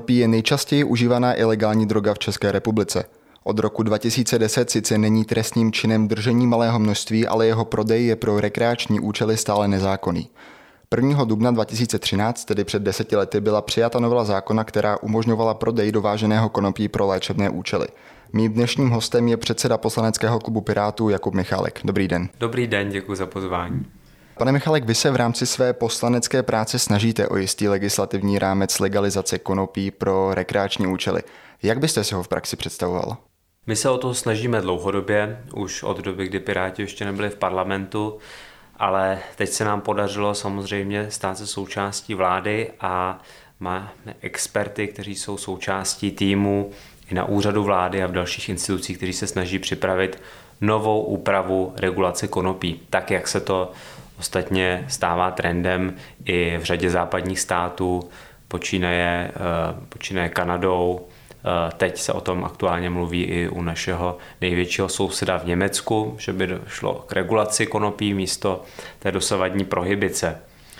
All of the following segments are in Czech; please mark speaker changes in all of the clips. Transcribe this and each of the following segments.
Speaker 1: Konopí je nejčastěji užívaná ilegální droga v České republice. Od roku 2010 sice není trestným činem držení malého množství, ale jeho prodej je pro rekreační účely stále nezákonný. 1. dubna 2013, tedy před 10 lety, byla přijata novela zákona, která umožňovala prodej dováženého konopí pro léčebné účely. Mým dnešním hostem je předseda poslaneckého klubu Pirátů Jakub Michálek. Dobrý den.
Speaker 2: Dobrý den, děkuji za pozvání.
Speaker 1: Pane Michálek, vy se v rámci své poslanecké práce snažíte o jistý legislativní rámec legalizace konopí pro rekreační účely. Jak byste si ho v praxi představoval?
Speaker 2: My se o to snažíme dlouhodobě, už od doby, kdy Piráti ještě nebyli v parlamentu, ale teď se nám podařilo samozřejmě stát se součástí vlády a máme experty, kteří jsou součástí týmu i na úřadu vlády a v dalších institucích, kteří se snaží připravit novou úpravu regulace konopí, tak jak se to ostatně stává trendem i v řadě západních států, počínaje Kanadou. Teď se o tom aktuálně mluví i u našeho největšího souseda v Německu, že by došlo k regulaci konopí místo té dosavadní prohibice.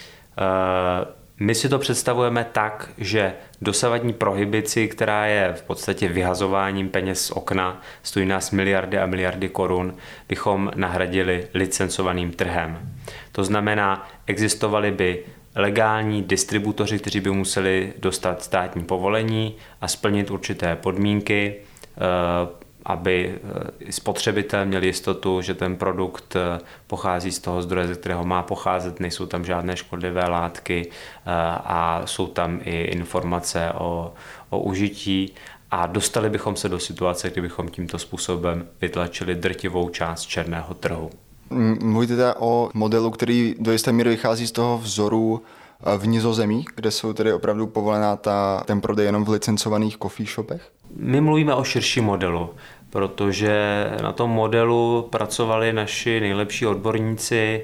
Speaker 2: My si to představujeme tak, že dosavadní prohibici, která je v podstatě vyhazováním peněz z okna, stojí nás miliardy a miliardy korun, bychom nahradili licencovaným trhem. To znamená, existovaly by legální distributoři, kteří by museli dostat státní povolení a splnit určité podmínky, aby spotřebitel měl jistotu, že ten produkt pochází z toho zdroje, ze kterého má pocházet, nejsou tam žádné škodlivé látky a jsou tam i informace o užití. A dostali bychom se do situace, kdybychom tímto způsobem vytlačili drtivou část černého trhu.
Speaker 1: Mluvíte teda o modelu, který do jisté míry vychází z toho vzoru v Nizozemí, kde jsou tedy opravdu povolená ten prodej jenom v licencovaných coffee shopech?
Speaker 2: My mluvíme o širším modelu, protože na tom modelu pracovali naši nejlepší odborníci.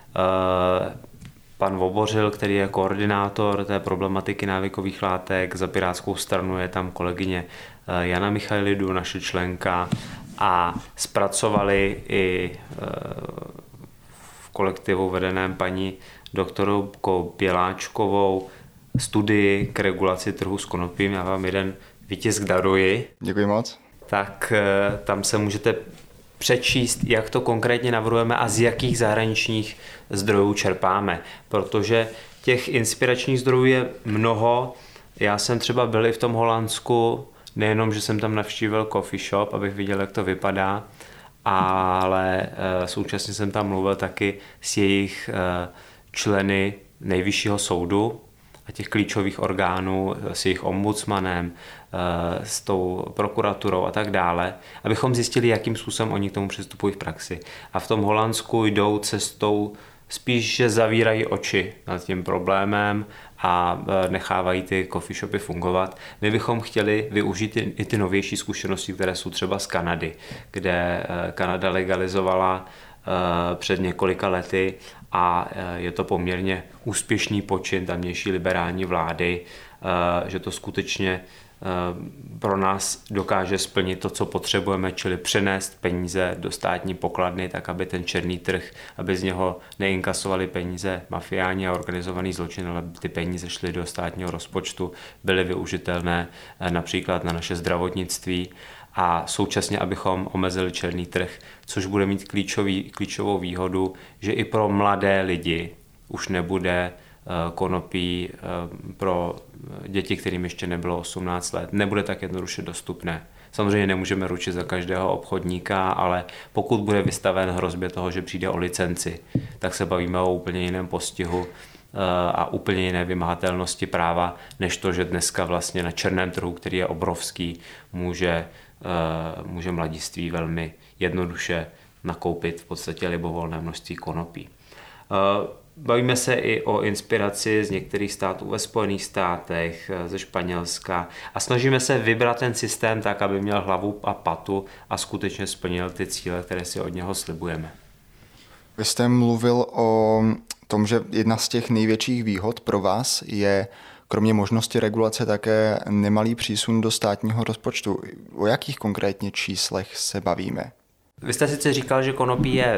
Speaker 2: Pan Vobořil, který je koordinátor té problematiky návykových látek, za Pirátskou stranu je tam kolegyně Jana Michailidu, naše členka, a zpracovali i v kolektivu vedeném paní doktorkou Běláčkovou studii k regulaci trhu s konopím. Já vám jeden výtisk daruji.
Speaker 1: Děkuji moc.
Speaker 2: Tak tam se můžete přečíst, jak to konkrétně navrhujeme a z jakých zahraničních zdrojů čerpáme, protože těch inspiračních zdrojů je mnoho. Já jsem třeba byl i v tom Holandsku, nejenom, že jsem tam navštívil coffee shop, abych viděl, jak to vypadá, ale současně jsem tam mluvil taky s jejich členy nejvyššího soudu a těch klíčových orgánů, s jejich ombudsmanem, s tou prokuraturou a tak dále, abychom zjistili, jakým způsobem oni k tomu přistupují v praxi. A v tom Holandsku jdou cestou spíš, že zavírají oči nad tím problémem a nechávají ty coffee shopy fungovat. My bychom chtěli využít i ty novější zkušenosti, které jsou třeba z Kanady, kde Kanada legalizovala před několika lety a je to poměrně úspěšný počin tamější liberální vlády, že to skutečně pro nás dokáže splnit to, co potřebujeme, čili přenést peníze do státní pokladny, tak aby ten černý trh, aby z něho neinkasovali peníze mafiáni a organizovaný zločin, ale ty peníze šly do státního rozpočtu, byly využitelné například na naše zdravotnictví a současně, abychom omezili černý trh, což bude mít klíčovou výhodu, že i pro mladé lidi už nebude konopí pro děti, kterým ještě nebylo 18 let, nebude tak jednoduše dostupné. Samozřejmě nemůžeme ručit za každého obchodníka, ale pokud bude vystaven hrozbě toho, že přijde o licenci, tak se bavíme o úplně jiném postihu a úplně jiné vymahatelnosti práva, než to, že dneska vlastně na černém trhu, který je obrovský, může mladiství velmi jednoduše nakoupit v podstatě libovolné množství konopí. Bavíme se i o inspiraci z některých států ve Spojených státech, ze Španělska a snažíme se vybrat ten systém tak, aby měl hlavu a patu a skutečně splnil ty cíle, které si od něho slibujeme.
Speaker 1: Vy jste mluvil o tom, že jedna z těch největších výhod pro vás je kromě možnosti regulace také nemalý přísun do státního rozpočtu. O jakých konkrétně číslech se bavíme?
Speaker 2: Vy jste sice říkal, že konopí je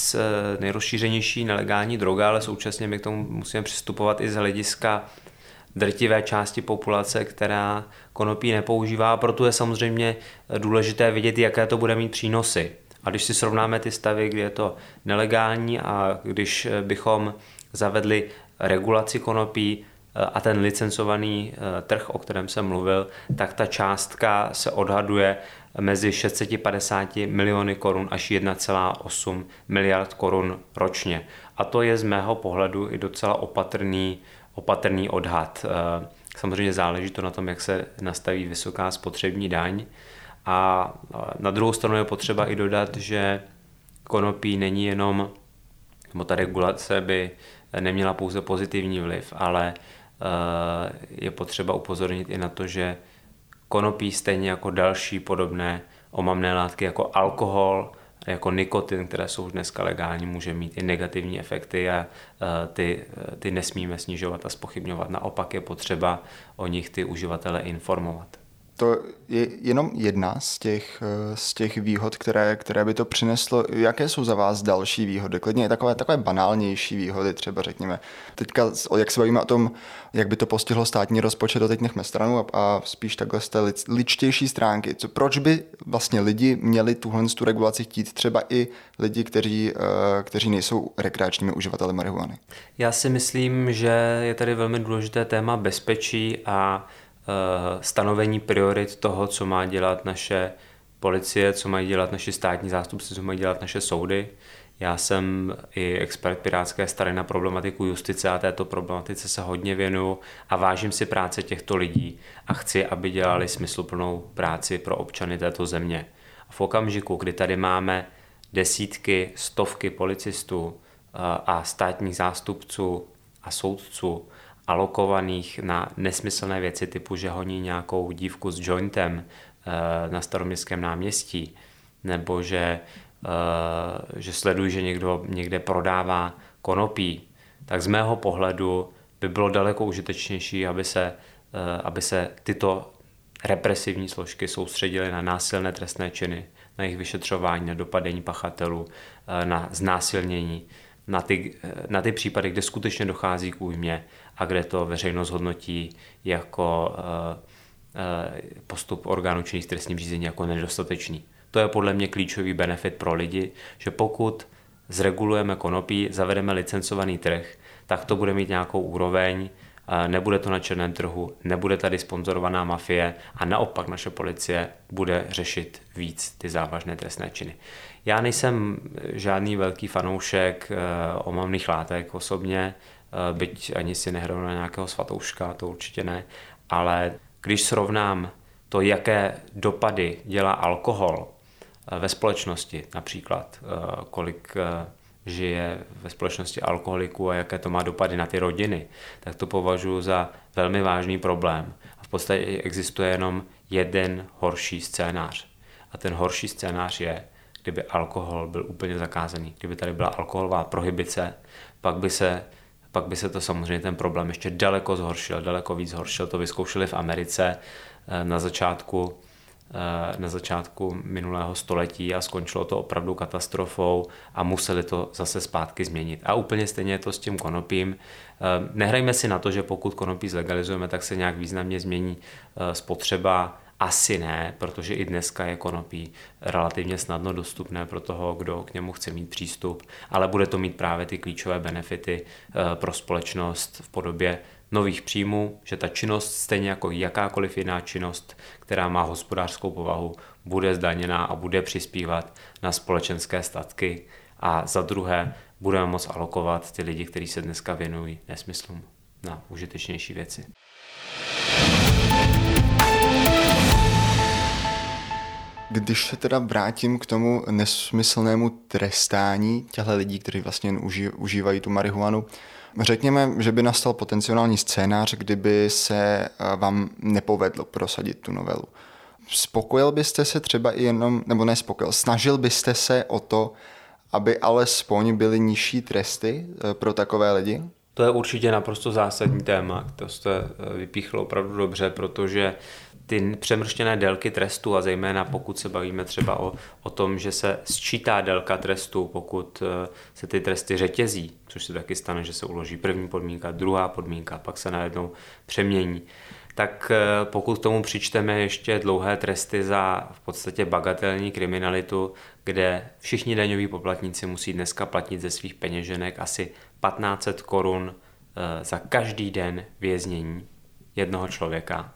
Speaker 2: nejrozšířenější nelegální droga, ale současně my k tomu musíme přistupovat i z hlediska drtivé části populace, která konopí nepoužívá, proto je samozřejmě důležité vidět, jaké to bude mít přínosy. A když si srovnáme ty stavy, kdy je to nelegální a když bychom zavedli regulaci konopí a ten licencovaný trh, o kterém jsem mluvil, tak ta částka se odhaduje mezi 650 miliony korun až 1,8 miliard korun ročně. A to je z mého pohledu i docela opatrný odhad. Samozřejmě záleží to na tom, jak se nastaví vysoká spotřební daň. A na druhou stranu je potřeba i dodat, že konopí není jenom, nebo ta regulace by neměla pouze pozitivní vliv, ale je potřeba upozornit i na to, že konopí stejně jako další podobné omamné látky, jako alkohol, jako nikotin, které jsou už dneska legální, může mít i negativní efekty a ty nesmíme snižovat a zpochybňovat. Naopak je potřeba o nich ty uživatele informovat.
Speaker 1: To je jenom jedna z těch výhod, které by to přineslo. Jaké jsou za vás další výhody? Klidně takové banálnější výhody, třeba řekněme. Teďka, jak se bavíme o tom, jak by to postihlo státní rozpočet, to teď nechme stranu a spíš takhle z té ličtější stránky. Proč by vlastně lidi měli tu regulaci chtít, třeba i lidi, kteří nejsou rekreačními uživateli marihuany?
Speaker 2: Já si myslím, že je tady velmi důležité téma bezpečí a stanovení priorit toho, co má dělat naše policie, co mají dělat naši státní zástupci, co mají dělat naše soudy. Já jsem i expert pirátské strany na problematiku justice a této problematice se hodně věnuju a vážím si práce těchto lidí a chci, aby dělali smysluplnou práci pro občany této země. A v okamžiku, kdy tady máme desítky, stovky policistů a státních zástupců a soudců, alokovaných na nesmyslné věci typu, že honí nějakou dívku s jointem na Staroměstském náměstí, nebo že sledují, že někdo někde prodává konopí, tak z mého pohledu by bylo daleko užitečnější, aby se tyto represivní složky soustředily na násilné trestné činy, na jejich vyšetřování, na dopadení pachatelů, na znásilnění, na ty případy, kde skutečně dochází k újmě a kde to veřejnost hodnotí jako postup orgánů činných v trestním řízení jako nedostatečný. To je podle mě klíčový benefit pro lidi, že pokud zregulujeme konopí, zavedeme licencovaný trh, tak to bude mít nějakou úroveň, nebude to na černém trhu, nebude tady sponzorovaná mafie a naopak naše policie bude řešit víc ty závažné trestné činy. Já nejsem žádný velký fanoušek omamných látek osobně, byť ani si nehraju na nějakého svatouška, to určitě ne, ale když srovnám to, jaké dopady dělá alkohol ve společnosti, například kolik žije ve společnosti alkoholiků a jaké to má dopady na ty rodiny, tak to považuji za velmi vážný problém. A v podstatě existuje jenom jeden horší scénář. A ten horší scénář je, kdyby alkohol byl úplně zakázaný, kdyby tady byla alkoholová prohibice, pak by se to samozřejmě ten problém ještě daleko zhoršil, daleko víc zhoršil. To vyzkoušeli v Americe na začátku minulého století a skončilo to opravdu katastrofou a museli to zase zpátky změnit. A úplně stejně je to s tím konopím. Nehrajme si na to, že pokud konopí zlegalizujeme, tak se nějak významně změní spotřeba. Asi ne, protože i dneska je konopí relativně snadno dostupné pro toho, kdo k němu chce mít přístup, ale bude to mít právě ty klíčové benefity pro společnost v podobě nových příjmů, že ta činnost, stejně jako jakákoliv jiná činnost, která má hospodářskou povahu, bude zdaněná a bude přispívat na společenské statky a za druhé budeme moct alokovat ty lidi, kteří se dneska věnují nesmyslům, na užitečnější věci.
Speaker 1: Když se teda vrátím k tomu nesmyslnému trestání těchto lidí, kteří vlastně užívají tu marihuanu, řekněme, že by nastal potenciální scénář, kdyby se vám nepovedlo prosadit tu novelu. Spokojil byste se třeba i jenom, nebo nespokojil, snažil byste se o to, aby alespoň byly nižší tresty pro takové lidi?
Speaker 2: To je určitě naprosto zásadní téma, to jste vypíchl opravdu dobře, protože ty přemrštěné délky trestu a zejména pokud se bavíme třeba o tom, že se sčítá délka trestu, pokud se ty tresty řetězí, což se taky stane, že se uloží první podmínka, druhá podmínka, pak se najednou přemění. Tak pokud k tomu přičteme ještě dlouhé tresty za v podstatě bagatelní kriminalitu, kde všichni daňoví poplatníci musí dneska platit ze svých peněženek asi 1500 korun za každý den věznění jednoho člověka,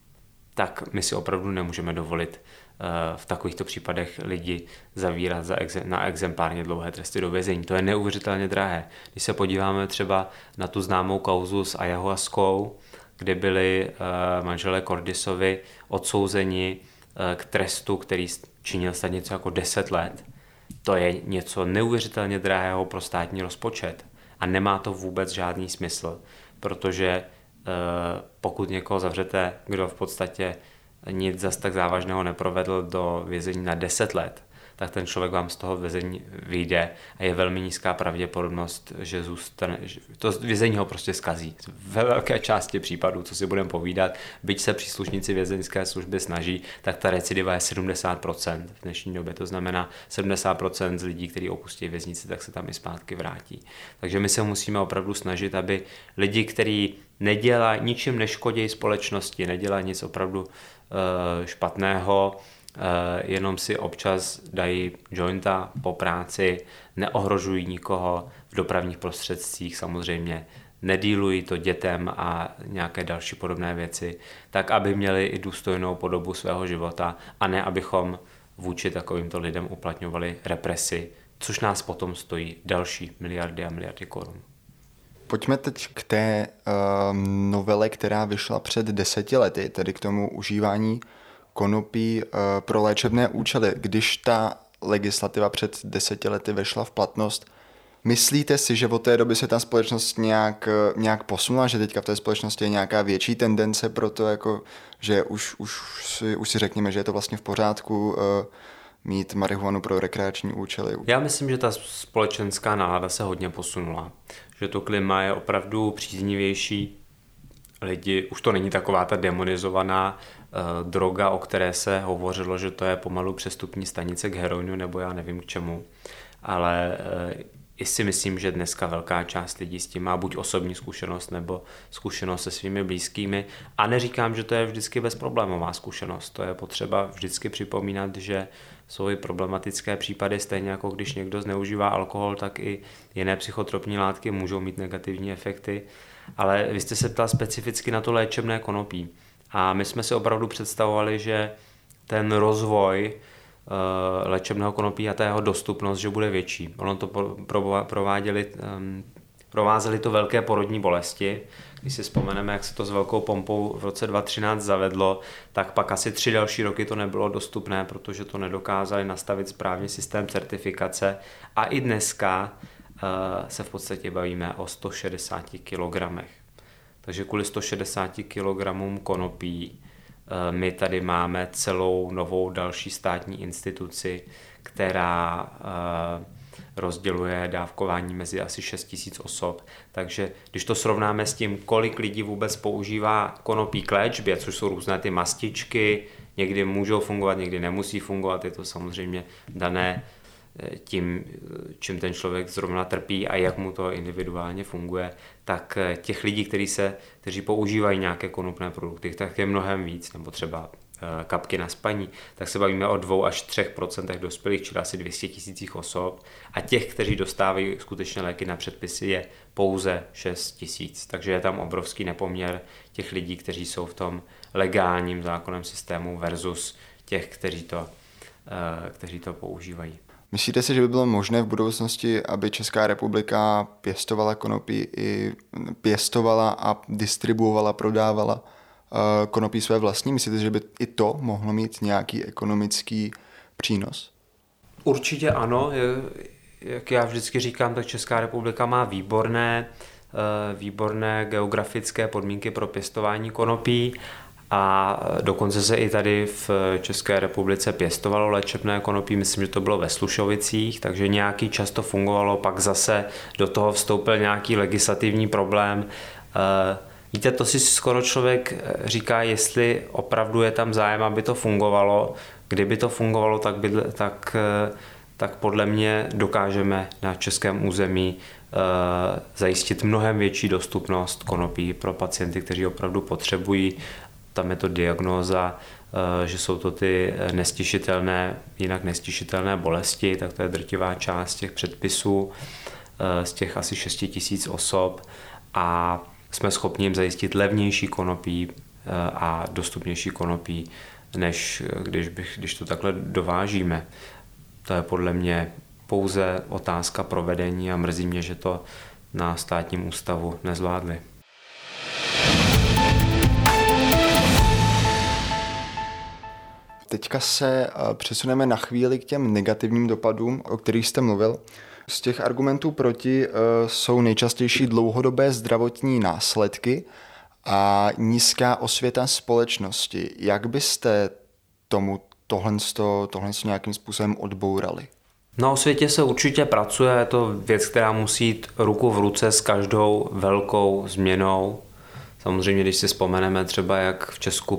Speaker 2: tak my si opravdu nemůžeme dovolit v takovýchto případech lidi zavírat na exemplárně dlouhé tresty do vězení. To je neuvěřitelně drahé. Když se podíváme třeba na tu známou kauzu s ayahuaskou, kdy byli manželé Cordisovi odsouzeni k trestu, který činil snad něco jako 10 let. To je něco neuvěřitelně drahého pro státní rozpočet a nemá to vůbec žádný smysl, protože pokud někoho zavřete, kdo v podstatě nic zas tak závažného neprovedl, do vězení na 10 let, tak ten člověk vám z toho vězení vyjde a je velmi nízká pravděpodobnost, že zůstane, to vězení ho prostě zkazí. Ve velké části případů, co si budeme povídat, byť se příslušníci vězeňské služby snaží, tak ta recidiva je 70% v dnešní době. To znamená 70% z lidí, kteří opustí věznici, tak se tam i zpátky vrátí. Takže my se musíme opravdu snažit, aby lidi, kteří ničím neškodí společnosti, nedělají nic opravdu špatného, jenom si občas dají jointa po práci, neohrožují nikoho v dopravních prostředcích samozřejmě, nedýlují to dětem a nějaké další podobné věci, tak aby měli i důstojnou podobu svého života a ne abychom vůči takovýmto lidem uplatňovali represi, což nás potom stojí další miliardy a miliardy korun.
Speaker 1: Pojďme teď k té novele, která vyšla před 10 lety, tedy k tomu užívání konopí pro léčebné účely. Když ta legislativa před 10 lety vešla v platnost, myslíte si, že od té doby se ta společnost nějak posunula, že teďka v té společnosti je nějaká větší tendence pro to, jako, že už si řekněme, že je to vlastně v pořádku mít marihuanu pro rekreační účely?
Speaker 2: Já myslím, že ta společenská nálada se hodně posunula, že to klima je opravdu příznivější. Lidi, už to není taková ta demonizovaná droga, o které se hovořilo, že to je pomalu přestupní stanice k heroinu nebo já nevím k čemu, ale i si myslím, že dneska velká část lidí s tím má buď osobní zkušenost nebo zkušenost se svými blízkými a neříkám, že to je vždycky bezproblémová zkušenost, to je potřeba vždycky připomínat, že jsou i problematické případy, stejně jako když někdo zneužívá alkohol, tak i jiné psychotropní látky můžou mít negativní efekty, ale vy jste se ptal specificky na to léčebné konopí a my jsme si opravdu představovali, že ten rozvoj léčebného konopí a ta jeho dostupnost, že bude větší. Ono to provázely to velké porodní bolesti. Když si vzpomeneme, jak se to s velkou pompou v roce 2013 zavedlo, tak pak asi 3 další roky to nebylo dostupné, protože to nedokázali nastavit správně systém certifikace. A i dneska se v podstatě bavíme o 160 kg. Takže kvůli 160 kg konopí my tady máme celou novou další státní instituci, která rozděluje dávkování mezi asi 6 000 osob. Takže když to srovnáme s tím, kolik lidí vůbec používá konopí k léčbě, což jsou různé ty mastičky, někdy můžou fungovat, někdy nemusí fungovat, je to samozřejmě dané tím, čím ten člověk zrovna trpí a jak mu to individuálně funguje, tak těch lidí, kteří používají nějaké konopné produkty, tak je mnohem víc, nebo třeba kapky na spaní, tak se bavíme o 2 až 3% dospělých, čili asi 200 000 osob a těch, kteří dostávají skutečně léky na předpisy, je pouze 6 000. Takže je tam obrovský nepoměr těch lidí, kteří jsou v tom legálním zákonném systému versus těch, kteří to používají.
Speaker 1: Myslíte si, že by bylo možné v budoucnosti, aby Česká republika pěstovala a distribuovala, prodávala konopí své vlastní? Myslíte, že by i to mohlo mít nějaký ekonomický přínos?
Speaker 2: Určitě ano. Jak já vždycky říkám, tak Česká republika má výborné geografické podmínky pro pěstování konopí a dokonce se i tady v České republice pěstovalo léčebné konopí, myslím, že to bylo ve Slušovicích, takže nějaký čas to fungovalo, pak zase do toho vstoupil nějaký legislativní problém. Víte, to si skoro člověk říká, jestli opravdu je tam zájem, aby to fungovalo. Kdyby to fungovalo, tak podle mě dokážeme na českém území zajistit mnohem větší dostupnost konopí pro pacienty, kteří opravdu potřebují. Tam je to diagnóza, že jsou to ty jinak nestišitelné bolesti, tak to je drtivá část těch předpisů z těch asi 6 000 osob a jsme schopni jim zajistit levnější konopí a dostupnější konopí, než když to takhle dovážíme. To je podle mě pouze otázka provedení a mrzí mě, že to na státním ústavu nezvládli.
Speaker 1: Teďka se přesuneme na chvíli k těm negativním dopadům, o kterých jste mluvil. Z těch argumentů proti jsou nejčastější dlouhodobé zdravotní následky a nízká osvěta společnosti. Jak byste tohle nějakým způsobem odbourali?
Speaker 2: Na osvětě se určitě pracuje, je to věc, která musí jít ruku v ruce s každou velkou změnou. Samozřejmě, když si vzpomeneme třeba, jak v Česku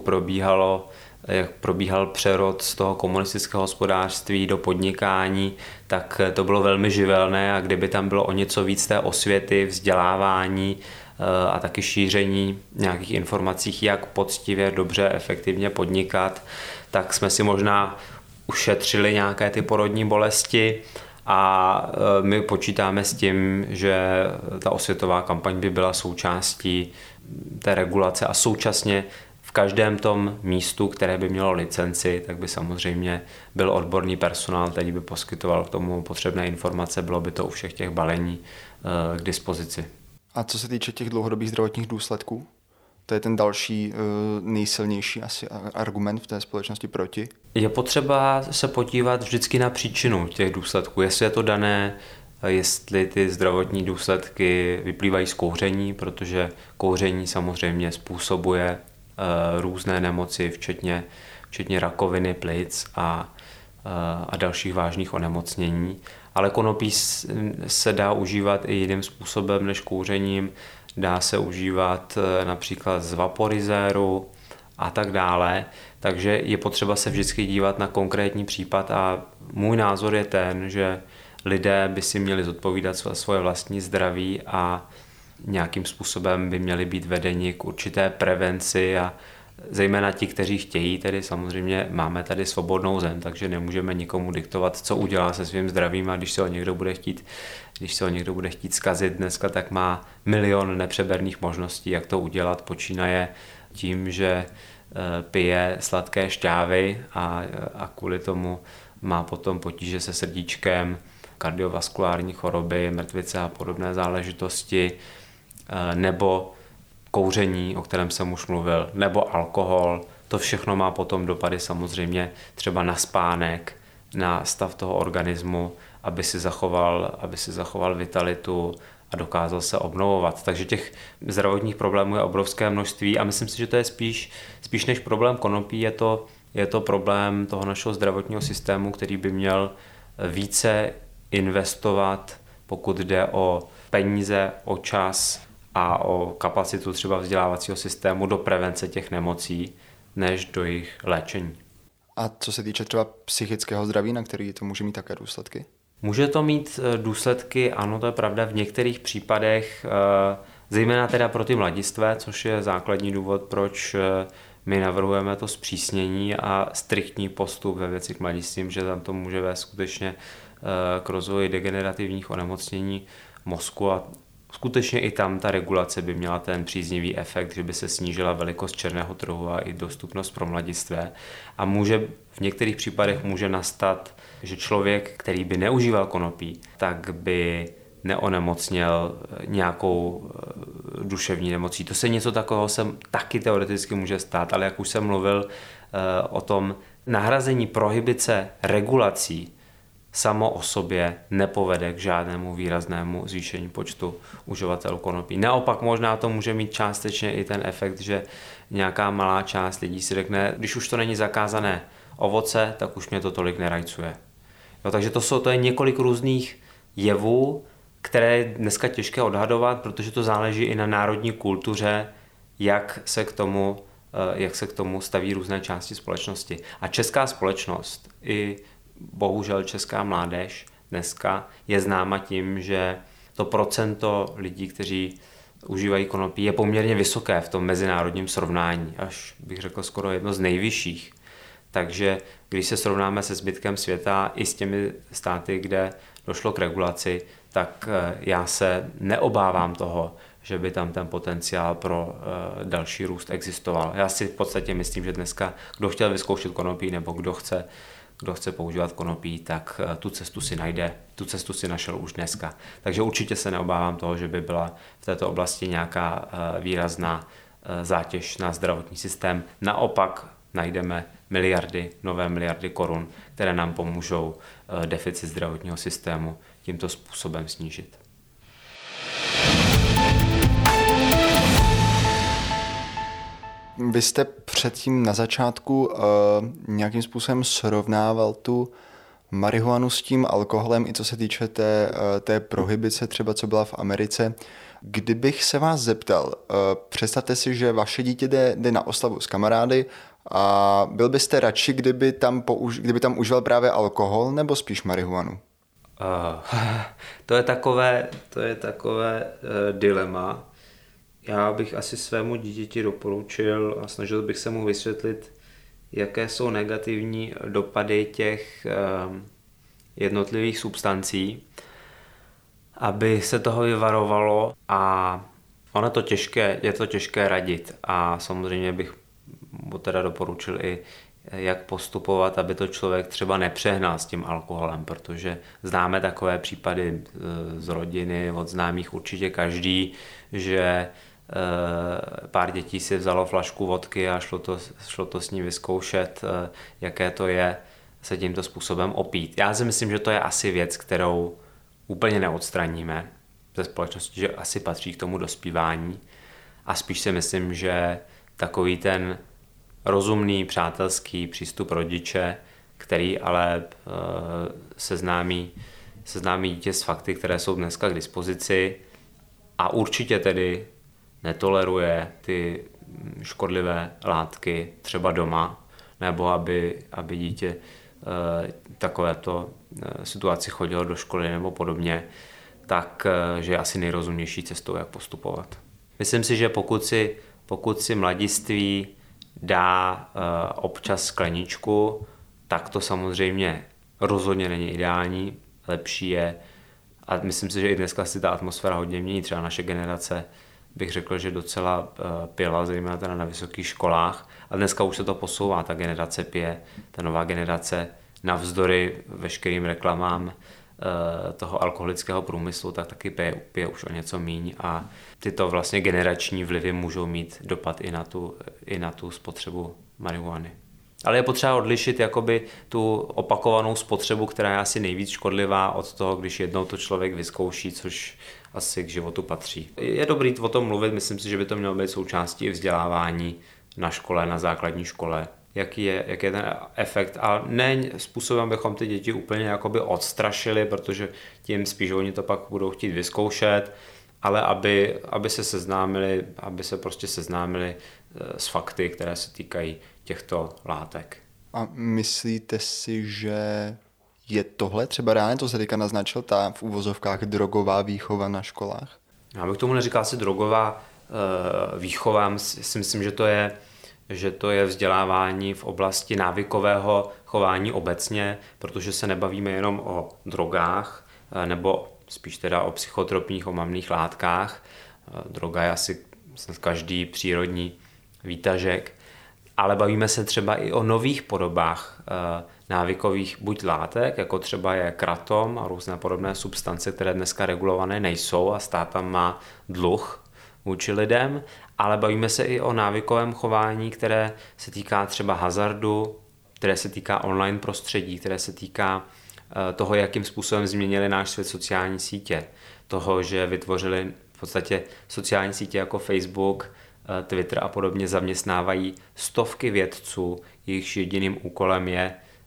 Speaker 2: probíhal přerod z toho komunistického hospodářství do podnikání, tak to bylo velmi živelné a kdyby tam bylo o něco víc té osvěty, vzdělávání a taky šíření nějakých informací, jak poctivě, dobře, efektivně podnikat, tak jsme si možná ušetřili nějaké ty porodní bolesti a my počítáme s tím, že ta osvětová kampaň by byla součástí té regulace a současně v každém tom místu, které by mělo licenci, tak by samozřejmě byl odborný personál, který by poskytoval k tomu potřebné informace, bylo by to u všech těch balení k dispozici.
Speaker 1: A co se týče těch dlouhodobých zdravotních důsledků? To je ten další nejsilnější asi argument v té společnosti proti.
Speaker 2: Je potřeba se podívat vždycky na příčinu těch důsledků, jestli je to dané, jestli ty zdravotní důsledky vyplývají z kouření, protože kouření samozřejmě způsobuje různé nemoci, včetně rakoviny plic a dalších vážných onemocnění. Ale konopí se dá užívat i jiným způsobem než kouřením. Dá se užívat například z vaporizéru a tak dále. Takže je potřeba se vždycky dívat na konkrétní případ a můj názor je ten, že lidé by si měli zodpovídat svoje vlastní zdraví a nějakým způsobem by měli být vedeni k určité prevenci a zejména ti, kteří chtějí, tedy samozřejmě máme tady svobodnou zem, takže nemůžeme nikomu diktovat, co udělá se svým zdravím a když se ho někdo bude chtít zkazit dneska, tak má milion nepřeberných možností, jak to udělat. Počínaje tím, že pije sladké šťávy a kvůli tomu má potom potíže se srdíčkem, kardiovaskulární choroby, mrtvice a podobné záležitosti, nebo kouření, o kterém jsem už mluvil, nebo alkohol. To všechno má potom dopady samozřejmě třeba na spánek, na stav toho organismu, aby si zachoval vitalitu a dokázal se obnovovat. Takže těch zdravotních problémů je obrovské množství a myslím si, že to je spíš než problém konopí, je to problém toho našeho zdravotního systému, který by měl více investovat, pokud jde o peníze, o čas a o kapacitu třeba vzdělávacího systému do prevence těch nemocí, než do jejich léčení.
Speaker 1: A co se týče třeba psychického zdraví, na který to může mít také důsledky?
Speaker 2: Může to mít důsledky, ano, to je pravda, v některých případech, zejména teda pro ty mladistvé, což je základní důvod, proč my navrhujeme to zpřísnění a striktní postup ve věci k mladistvím, že tam to může vést skutečně k rozvoji degenerativních onemocnění mozku a skutečně i tam ta regulace by měla ten příznivý efekt, že by se snížila velikost černého trhu a i dostupnost pro mladistvé. A v některých případech může nastat, že člověk, který by neužíval konopí, tak by neonemocněl nějakou duševní nemocí. To se něco takového se taky teoreticky může stát, ale jak už jsem mluvil o tom, nahrazení prohibice regulací samo o sobě nepovede k žádnému výraznému zvýšení počtu uživatelů konopí. Naopak možná to může mít částečně i ten efekt, že nějaká malá část lidí si řekne, když už to není zakázané ovoce, tak už mě to tolik nerajcuje. Jo, takže to je několik různých jevů, které je dneska těžké odhadovat, protože to záleží i na národní kultuře jak se k tomu staví různé části společnosti. A česká společnost i bohužel česká mládež dneska je známa tím, že to procento lidí, kteří užívají konopí, je poměrně vysoké v tom mezinárodním srovnání, až bych řekl skoro jedno z nejvyšších. Takže když se srovnáme se zbytkem světa i s těmi státy, kde došlo k regulaci, tak já se neobávám toho, že by tam ten potenciál pro další růst existoval. Já si v podstatě myslím, že dneska, kdo chtěl vyzkoušet konopí nebo kdo chce používat konopí, tak tu cestu si najde, tu cestu si našel už dneska. Takže určitě se neobávám toho, že by byla v této oblasti nějaká výrazná zátěž na zdravotní systém. Naopak najdeme nové miliardy korun, které nám pomůžou deficit zdravotního systému tímto způsobem snížit.
Speaker 1: Vy jste předtím na začátku nějakým způsobem srovnával tu marihuanu s tím alkoholem, i co se týče té prohibice, třeba co byla v Americe. Kdybych se vás zeptal, představte si, že vaše dítě jde na oslavu s kamarády a byl byste radši, kdyby tam užíval právě alkohol nebo spíš marihuanu?
Speaker 2: To je takové dilema. Já bych asi svému dítěti doporučil a snažil bych se mu vysvětlit, jaké jsou negativní dopady těch jednotlivých substancí, aby se toho vyvarovalo, a je to těžké radit a samozřejmě bych mu teda doporučil i jak postupovat, aby to člověk třeba nepřehnal s tím alkoholem, protože známe takové případy z rodiny, od známých určitě každý, že pár dětí si vzalo flašku vodky a šlo to s ní vyzkoušet, jaké to je se tímto způsobem opít. Já si myslím, že to je asi věc, kterou úplně neodstraníme ze společnosti, že asi patří k tomu dospívání, a spíš si myslím, že takový ten rozumný, přátelský přístup rodiče, který ale seznámí dítě s fakty, které jsou dneska k dispozici, a určitě tedy netoleruje ty škodlivé látky třeba doma, nebo aby dítě takovéto situaci chodilo do školy nebo podobně, tak že je asi nejrozumnější cestou, jak postupovat. Myslím si, že pokud si mladiství dá občas skleničku, tak to samozřejmě rozhodně není ideální, lepší je, a myslím si, že i dneska si ta atmosféra hodně mění, třeba naše generace bych řekl, že docela pila, zejména teda na vysokých školách, a dneska už se to posouvá, ta generace pije, ta nová generace navzdory veškerým reklamám toho alkoholického průmyslu, tak taky pije už o něco míň, a tyto vlastně generační vlivy můžou mít dopad i na tu spotřebu marihuany. Ale je potřeba odlišit jakoby tu opakovanou spotřebu, která je asi nejvíc škodlivá, od toho, když jednou to člověk vyzkouší, což asi k životu patří. Je dobrý o tom mluvit, myslím si, že by to mělo být součástí vzdělávání na škole, na základní škole. Jaký je ten efekt, a ne způsobem, abychom ty děti úplně jakoby odstrašili, protože tím spíš oni to pak budou chtít vyzkoušet, ale aby se prostě seznámili s fakty, které se týkají těchto látek.
Speaker 1: A myslíte si, že je tohle třeba reálně, to se teďka naznačil, ta v uvozovkách drogová výchova na školách?
Speaker 2: Já bych tomu neříkal asi drogová výchova, si myslím, že to je vzdělávání v oblasti návykového chování obecně, protože se nebavíme jenom o drogách, nebo spíš teda o psychotropních omamných látkách. Droga je asi každý přírodní výtažek, ale bavíme se třeba i o nových podobách návykových buď látek, jako třeba je kratom a různé podobné substance, které dneska regulované nejsou a stát tam má dluh vůči lidem, ale bavíme se i o návykovém chování, které se týká třeba hazardu, které se týká online prostředí, které se týká toho, jakým způsobem změnili náš svět sociální sítě, toho, že vytvořili v podstatě sociální sítě jako Facebook, Twitter a podobně zaměstnávají stovky vědců, jejichž jediným úkolem je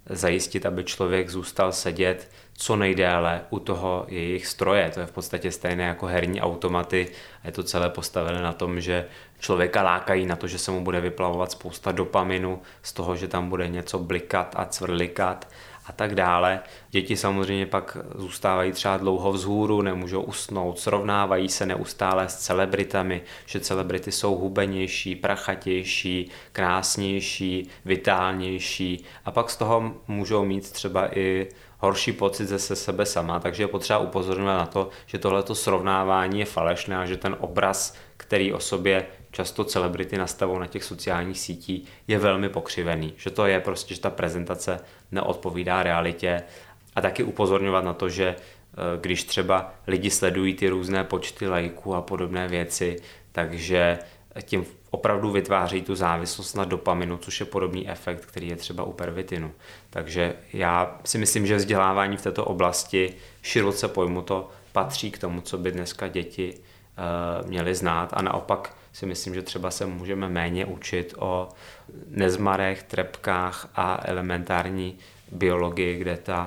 Speaker 2: zajistit, aby člověk zůstal sedět co nejdéle u toho jejich stroje. To je v podstatě stejné jako herní automaty a je to celé postavené na tom, že člověka lákají na to, že se mu bude vyplavovat spousta dopaminu z toho, že tam bude něco blikat a cvrlikat a tak dále. Děti samozřejmě pak zůstávají třeba dlouho vzhůru, nemůžou usnout, srovnávají se neustále s celebritami, že celebrity jsou hubenější, prachatější, krásnější, vitálnější a pak z toho můžou mít třeba i horší pocit ze sebe sama, takže je potřeba upozorňovat na to, že tohleto srovnávání je falešné a že ten obraz, který o sobě často celebrity nastavují na těch sociálních sítích, je velmi pokřivený. Že to je prostě, že ta prezentace neodpovídá realitě a taky upozorňovat na to, že když třeba lidi sledují ty různé počty lajků a podobné věci, takže tím opravdu vytváří tu závislost na dopaminu, což je podobný efekt, který je třeba u pervitinu. Takže já si myslím, že vzdělávání v této oblasti, široce pojmuto, patří k tomu, co by dneska děti měly znát a naopak si myslím, že třeba se můžeme méně učit o nezmarech, trepkách a elementární biologii,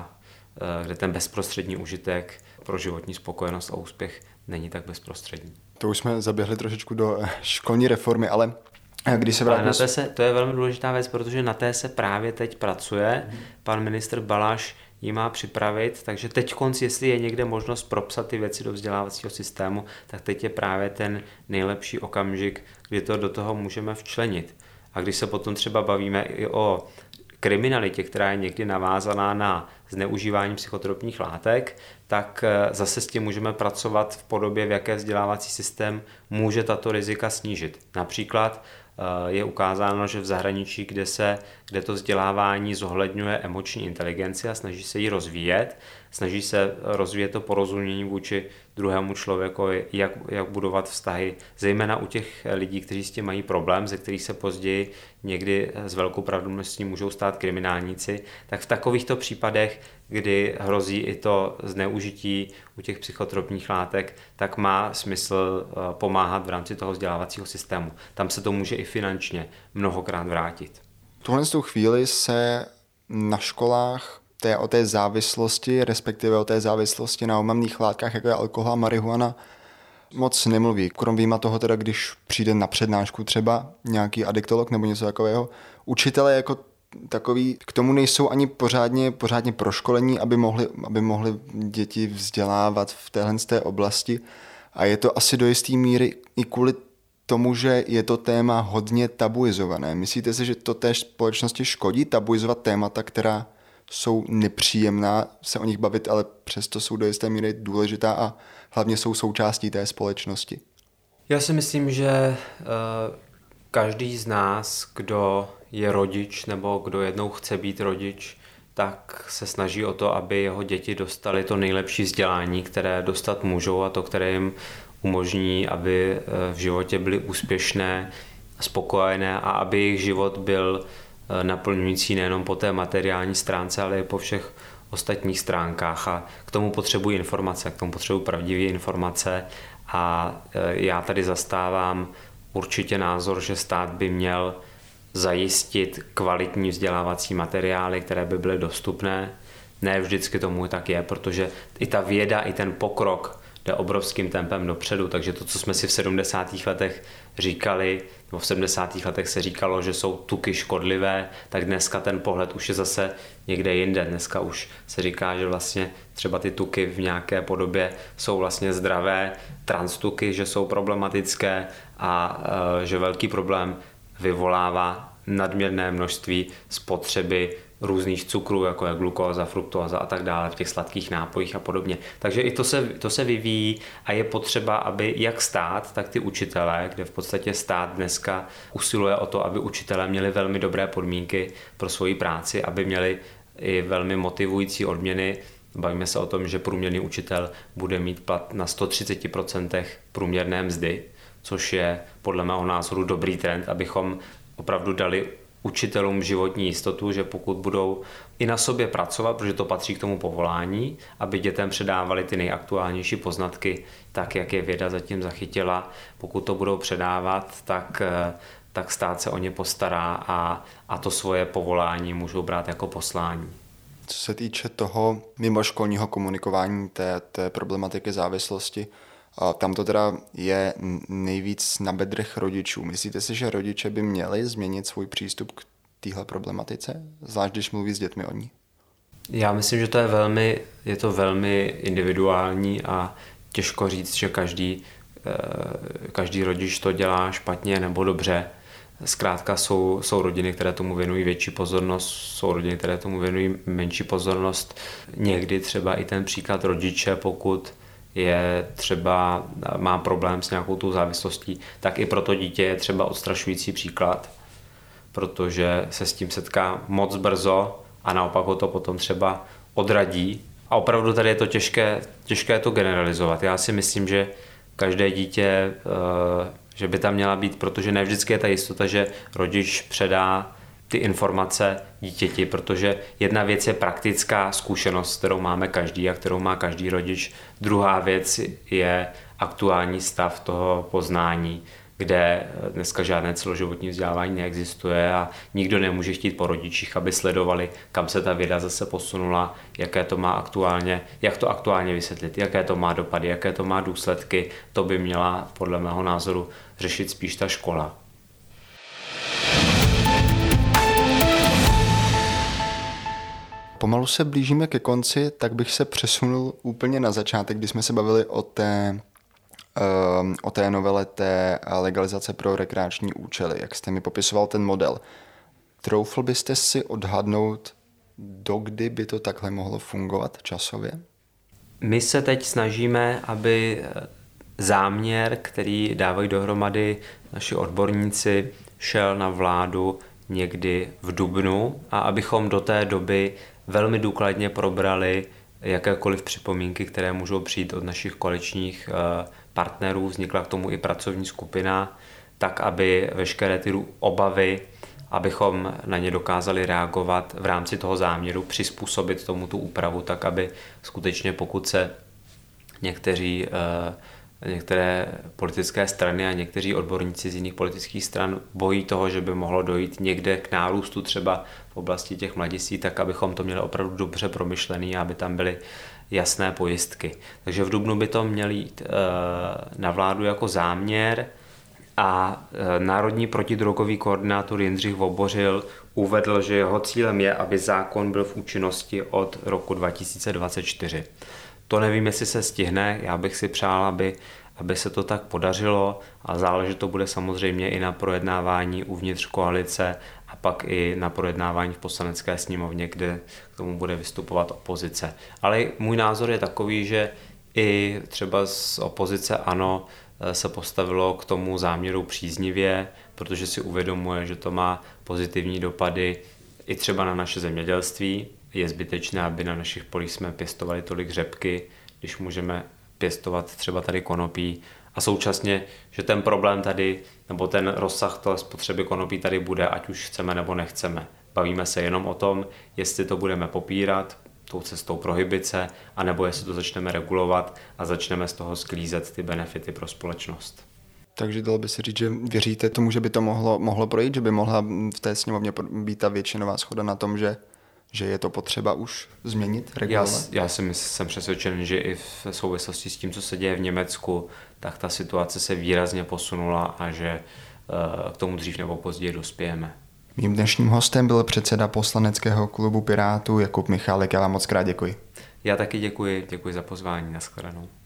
Speaker 2: kde ten bezprostřední užitek pro životní spokojenost a úspěch není tak bezprostřední.
Speaker 1: To už jsme zaběhli trošičku do školní reformy, ale když se vrátíme...
Speaker 2: To je velmi důležitá věc, protože na té se právě teď pracuje. Pan ministr Balaš ji má připravit, takže teď jestli je někde možnost propsat ty věci do vzdělávacího systému, tak teď je právě ten nejlepší okamžik, kdy to do toho můžeme včlenit. A když se potom třeba bavíme i o kriminalitě, která je někdy navázaná na zneužívání psychotropních látek, tak zase s tím můžeme pracovat v podobě, v jaké vzdělávací systém může tato rizika snížit. Například je ukázáno, že v zahraničí, kde to vzdělávání zohledňuje emoční inteligenci a snaží se ji rozvíjet, snaží se rozvíjet to porozumění vůči druhému člověku, jak budovat vztahy, zejména u těch lidí, kteří s tím mají problém, ze kterých se později někdy s velkou pravděpodobností můžou stát kriminálníci, tak v takovýchto případech, kdy hrozí i to zneužití u těch psychotropních látek, tak má smysl pomáhat v rámci toho vzdělávacího systému. Tam se to může i finančně mnohokrát vrátit.
Speaker 1: V tuhle chvíli se na školách o té závislosti, respektive o té závislosti na omamných látkách, jako je alkohol a marihuana, moc nemluví. Krom výjima toho teda, když přijde na přednášku třeba nějaký adiktolog nebo něco takového, učitelé jako takový k tomu nejsou ani pořádně proškolení, aby mohli děti vzdělávat v téhle oblasti. A je to asi do jisté míry i kvůli tomu, že je to téma hodně tabuizované. Myslíte si, že to té společnosti škodí tabuizovat témata, která jsou nepříjemná se o nich bavit, ale přesto jsou do jisté míry důležitá a hlavně jsou součástí té společnosti?
Speaker 2: Já si myslím, že každý z nás, kdo je rodič nebo kdo jednou chce být rodič, tak se snaží o to, aby jeho děti dostaly to nejlepší vzdělání, které dostat můžou a to, které jim umožní, aby v životě byly úspěšné, spokojené a aby jejich život byl naplňující nejenom po té materiální stránce, ale i po všech ostatních stránkách. A k tomu potřebují informace, k tomu potřebují pravdivé informace a já tady zastávám určitě názor, že stát by měl zajistit kvalitní vzdělávací materiály, které by byly dostupné. Ne vždycky tomu tak je, protože i ta věda, i ten pokrok jde obrovským tempem dopředu, takže to, co jsme si v 70. letech říkali, nebo v 70. letech se říkalo, že jsou tuky škodlivé, tak dneska ten pohled už je zase někde jinde. Dneska už se říká, že vlastně třeba ty tuky v nějaké podobě jsou vlastně zdravé, transtuky, že jsou problematické a že velký problém vyvolává nadměrné množství spotřeby různých cukrů, jako je glukóza, fruktóza a tak dále v těch sladkých nápojích a podobně. Takže i to se vyvíjí a je potřeba, aby jak stát, tak ty učitelé, kde v podstatě stát dneska usiluje o to, aby učitelé měli velmi dobré podmínky pro svoji práci, aby měli i velmi motivující odměny. Bavíme se o tom, že průměrný učitel bude mít plat na 130% průměrné mzdy, což je podle mého názoru dobrý trend, abychom opravdu dali učitelům životní jistotu, že pokud budou i na sobě pracovat, protože to patří k tomu povolání, aby dětem předávali ty nejaktuálnější poznatky, tak jak je věda zatím zachytila. Pokud to budou předávat, tak tak stát se o ně postará a to svoje povolání můžou brát jako poslání.
Speaker 1: Co se týče toho mimoškolního komunikování té problematiky závislosti, tam to teda je nejvíc na bedrech rodičů. Myslíte si, že rodiče by měli změnit svůj přístup k téhle problematice, zvlášť když mluví s dětmi o ní?
Speaker 2: Já myslím, že je to velmi individuální a těžko říct, že každý rodič to dělá špatně nebo dobře. Zkrátka jsou rodiny, které tomu věnují větší pozornost, jsou rodiny, které tomu věnují menší pozornost. Někdy třeba i ten příklad rodiče, pokud má problém s nějakou tou závislostí, tak i pro to dítě je třeba odstrašující příklad, protože se s tím setká moc brzo a naopak ho to potom třeba odradí. A opravdu tady je to těžké to generalizovat. Já si myslím, že každé dítě, že by tam měla být, protože ne vždycky je ta jistota, že rodič předá ty informace dítěti, protože jedna věc je praktická zkušenost, kterou máme každý a kterou má každý rodič. Druhá věc je aktuální stav toho poznání, kde dneska žádné celoživotní vzdělávání neexistuje a nikdo nemůže chtít po rodičích, aby sledovali, kam se ta věda zase posunula, jak to aktuálně vysvětlit, jaké to má dopady, jaké to má důsledky. To by měla podle mého názoru řešit spíš ta škola.
Speaker 1: Pomalu se blížíme ke konci, tak bych se přesunul úplně na začátek, kdy jsme se bavili o té novele té legalizace pro rekreační účely. Jak jste mi popisoval ten model. Troufl byste si odhadnout, dokdy by to takhle mohlo fungovat časově?
Speaker 2: My se teď snažíme, aby záměr, který dávají dohromady naši odborníci, šel na vládu někdy v dubnu a abychom do té doby velmi důkladně probrali jakékoliv připomínky, které můžou přijít od našich koaličních partnerů. Vznikla k tomu i pracovní skupina, tak aby veškeré ty obavy, abychom na ně dokázali reagovat v rámci toho záměru, přizpůsobit tomu tu úpravu, tak aby skutečně pokud se některé politické strany a někteří odborníci z jiných politických stran bojí toho, že by mohlo dojít někde k nárůstu třeba v oblasti těch mladiství, tak abychom to měli opravdu dobře promyšlený a aby tam byly jasné pojistky. Takže v dubnu by to mělo jít na vládu jako záměr a Národní protidrogový koordinátor Jindřich Vobořil uvedl, že jeho cílem je, aby zákon byl v účinnosti od roku 2024. To nevím, jestli se stihne, já bych si přál, aby se to tak podařilo, ale záleží to bude samozřejmě i na projednávání uvnitř koalice a pak i na projednávání v Poslanecké sněmovně, kde k tomu bude vystupovat opozice. Ale můj názor je takový, že i třeba z opozice ANO se postavilo k tomu záměru příznivě, protože si uvědomuje, že to má pozitivní dopady i třeba na naše zemědělství. Je zbytečné, aby na našich polích jsme pěstovali tolik řepky, když můžeme pěstovat třeba tady konopí a současně, že ten problém tady, nebo ten rozsah té spotřeby konopí tady bude, ať už chceme nebo nechceme. Bavíme se jenom o tom, jestli to budeme popírat tou cestou prohibice, anebo jestli to začneme regulovat a začneme z toho sklízet ty benefity pro společnost.
Speaker 1: Takže dalo by se říct, že věříte tomu, že by to mohlo projít, že by mohla v té sněmovně být ta většinová shoda na tom, že je to potřeba už změnit, regulovat?
Speaker 2: Já jsem přesvědčen, že i v souvislosti s tím, co se děje v Německu, tak ta situace se výrazně posunula a že k tomu dřív nebo později dospějeme.
Speaker 1: Mým dnešním hostem byl předseda poslaneckého klubu Pirátů Jakub Michálek. Já vám moc krát děkuji.
Speaker 2: Já taky děkuji za pozvání. Nashledanou.